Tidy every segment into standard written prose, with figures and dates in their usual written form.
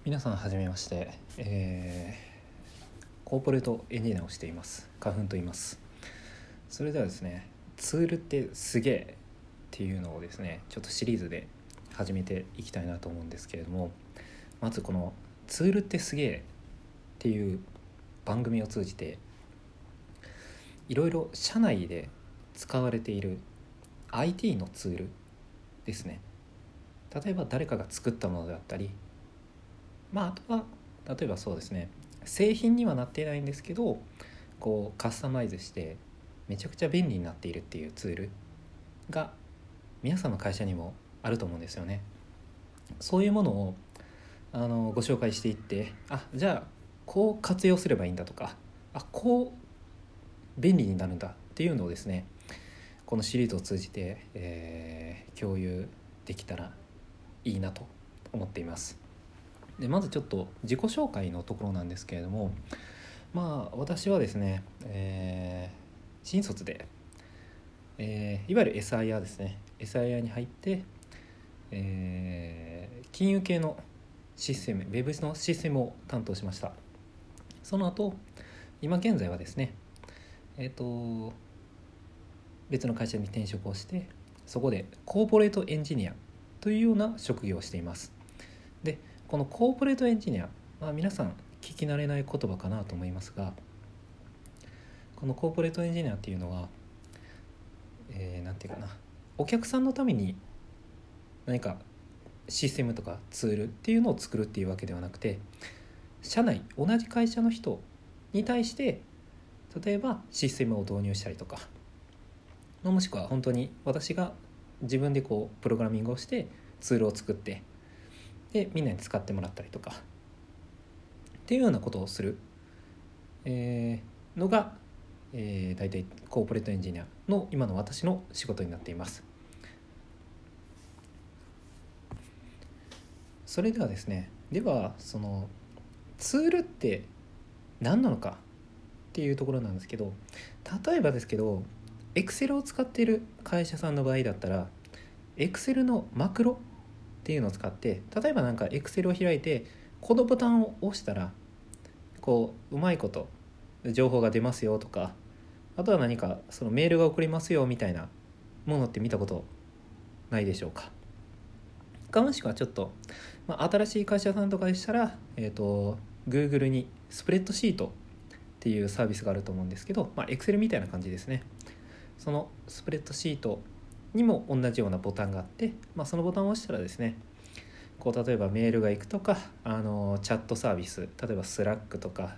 皆さんはじめまして、コーポレートエンジニアをしています花粉と言います。それではですね、ツールってすげえっていうのをですね、ちょっとシリーズで始めていきたいなと思うんですけれども、まずこのツールってすげえっていう番組を通じていろいろ社内で使われている IT のツールですね。例えば誰かが作ったものであったり、あとは例えばそうですね、製品にはなっていないんですけど、こうカスタマイズしてめちゃくちゃ便利になっているっていうツールが皆さんの会社にもあると思うんですよね。そういうものをご紹介していって、じゃあこう活用すればいいんだとか、こう便利になるんだっていうのをですね、このシリーズを通じて、共有できたらいいなと思っています。でまずちょっと自己紹介のところなんですけれども、私はですね、新卒で、いわゆる SIR ですね、 SIR に入って、金融系のシステム、ウェブのシステムを担当しました。その後今現在はですね、別の会社に転職をして、そこでコーポレートエンジニアというような職業をしています。でこのコーポレートエンジニア、皆さん聞き慣れない言葉かなと思いますが、このコーポレートエンジニアっていうのは、なんていうかな、お客さんのために何かシステムとかツールっていうのを作るっていうわけではなくて、社内同じ会社の人に対して例えばシステムを導入したりとか、もしくは本当に私が自分でこうプログラミングをしてツールを作って、でみんなに使ってもらったりとかっていうようなことをする、のが、大体コーポレートエンジニアの今の私の仕事になっています。それではですね、そのツールって何なのかっていうところなんですけど、例えばですけど Excel を使っている会社さんの場合だったら Excel のマクロっていうのを使って、例えばなんか Excel を開いてこのボタンを押したらこううまいこと情報が出ますよとか、あとは何かそのメールが送りますよみたいなものって見たことないでしょうか。もしくはちょっと、新しい会社さんとかでしたら、Google にスプレッドシートっていうサービスがあると思うんですけど、Excel みたいな感じですね。そのスプレッドシートにも同じようなボタンがあって、そのボタンを押したらですね、こう例えばメールが行くとか、チャットサービス、例えばスラックとか、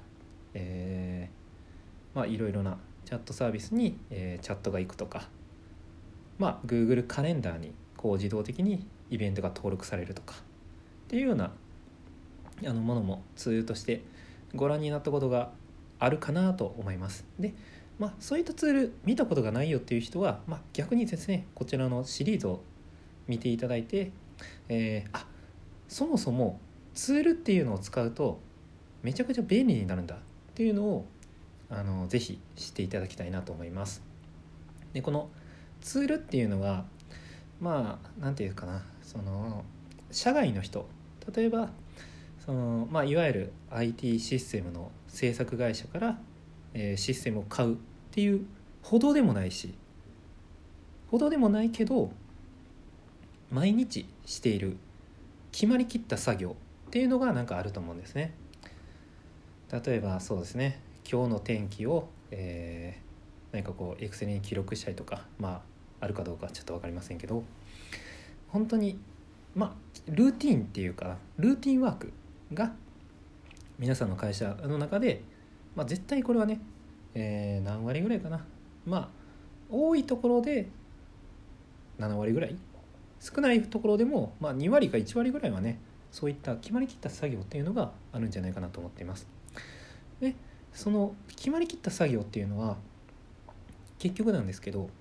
いろいろなチャットサービスに、チャットが行くとか、Google カレンダーにこう自動的にイベントが登録されるとかっていうようなものもツールとしてご覧になったことがあるかなと思います。で、そういったツール見たことがないよっていう人は、逆にですね、こちらのシリーズを見ていただいて、そもそもツールっていうのを使うとめちゃくちゃ便利になるんだっていうのをぜひ知っていただきたいなと思います。でこのツールっていうのはなんていうかな、その社外の人、例えばいわゆる IT システムの制作会社から、システムを買うっていうほどでもないし、ほどでもないけど毎日している決まりきった作業っていうのがなんかあると思うんですね。例えばそうですね、今日の天気を、何かこう Excel に記録したりとか、あるかどうかちょっと分かりませんけど、本当にルーティンっていうかルーティンワークが皆さんの会社の中で、絶対これはね、何割ぐらいかな、多いところで7割ぐらい、少ないところでも2割か1割ぐらいはね、そういった決まりきった作業っていうのがあるんじゃないかなと思っています。でその決まりきった作業っていうのは結局なんですけど、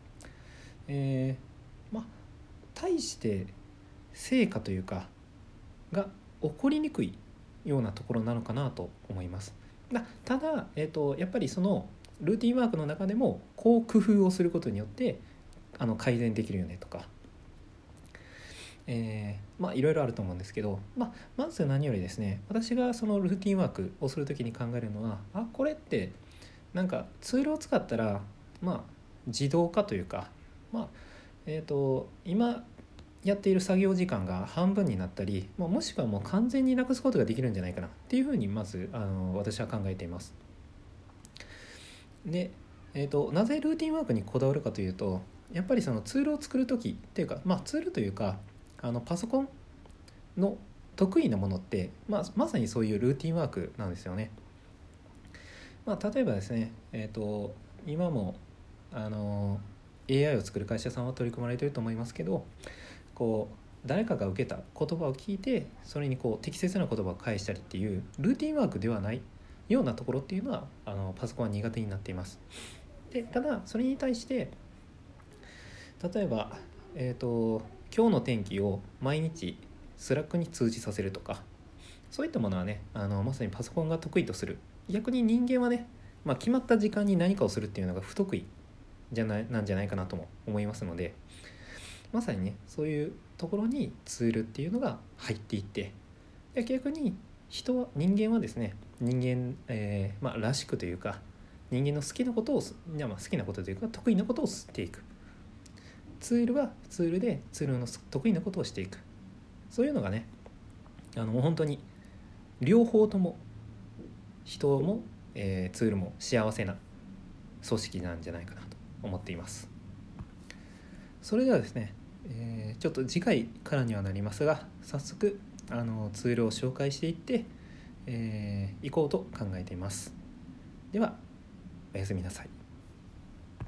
対して成果というかが起こりにくいようなところなのかなと思います。ただ、やっぱりそのルーティンワークの中でもこう工夫をすることによって改善できるよねとか、 いろいろあると思うんですけど、まず何よりですね、私がそのルーティンワークをするときに考えるのは、これってなんかツールを使ったら自動化というか、今やっている作業時間が半分になったり、もしくはもう完全になくすことができるんじゃないかなっていうふうにまず私は考えています。で、なぜルーティンワークにこだわるかというと、やっぱりそのツールを作る時っていうか、ツールというかパソコンの得意なものって、まさにそういうルーティンワークなんですよね。例えばですね、今もAI を作る会社さんは取り組まれていると思いますけど、誰かが受けた言葉を聞いてそれに適切な言葉を返したりっていうルーティンワークではないようなところっていうのはパソコンは苦手になっています。でただそれに対して例えば、今日の天気を毎日スラックに通知させるとか、そういったものはねまさにパソコンが得意とする。逆に人間はね、決まった時間に何かをするっていうのが不得意なんじゃないかなとも思いますので、まさにねそういうところにツールっていうのが入っていって、で逆に人間はですね人間、らしくというか、人間の好きなことを好きなことというか得意なことをしていく。ツールはツールでツールの得意なことをしていく。そういうのがねもう本当に両方とも人も、ツールも幸せな組織なんじゃないかなと思っています。それではですね、ちょっと次回からにはなりますが、早速ツールを紹介していって、いこうと考えています。ではおやすみなさい。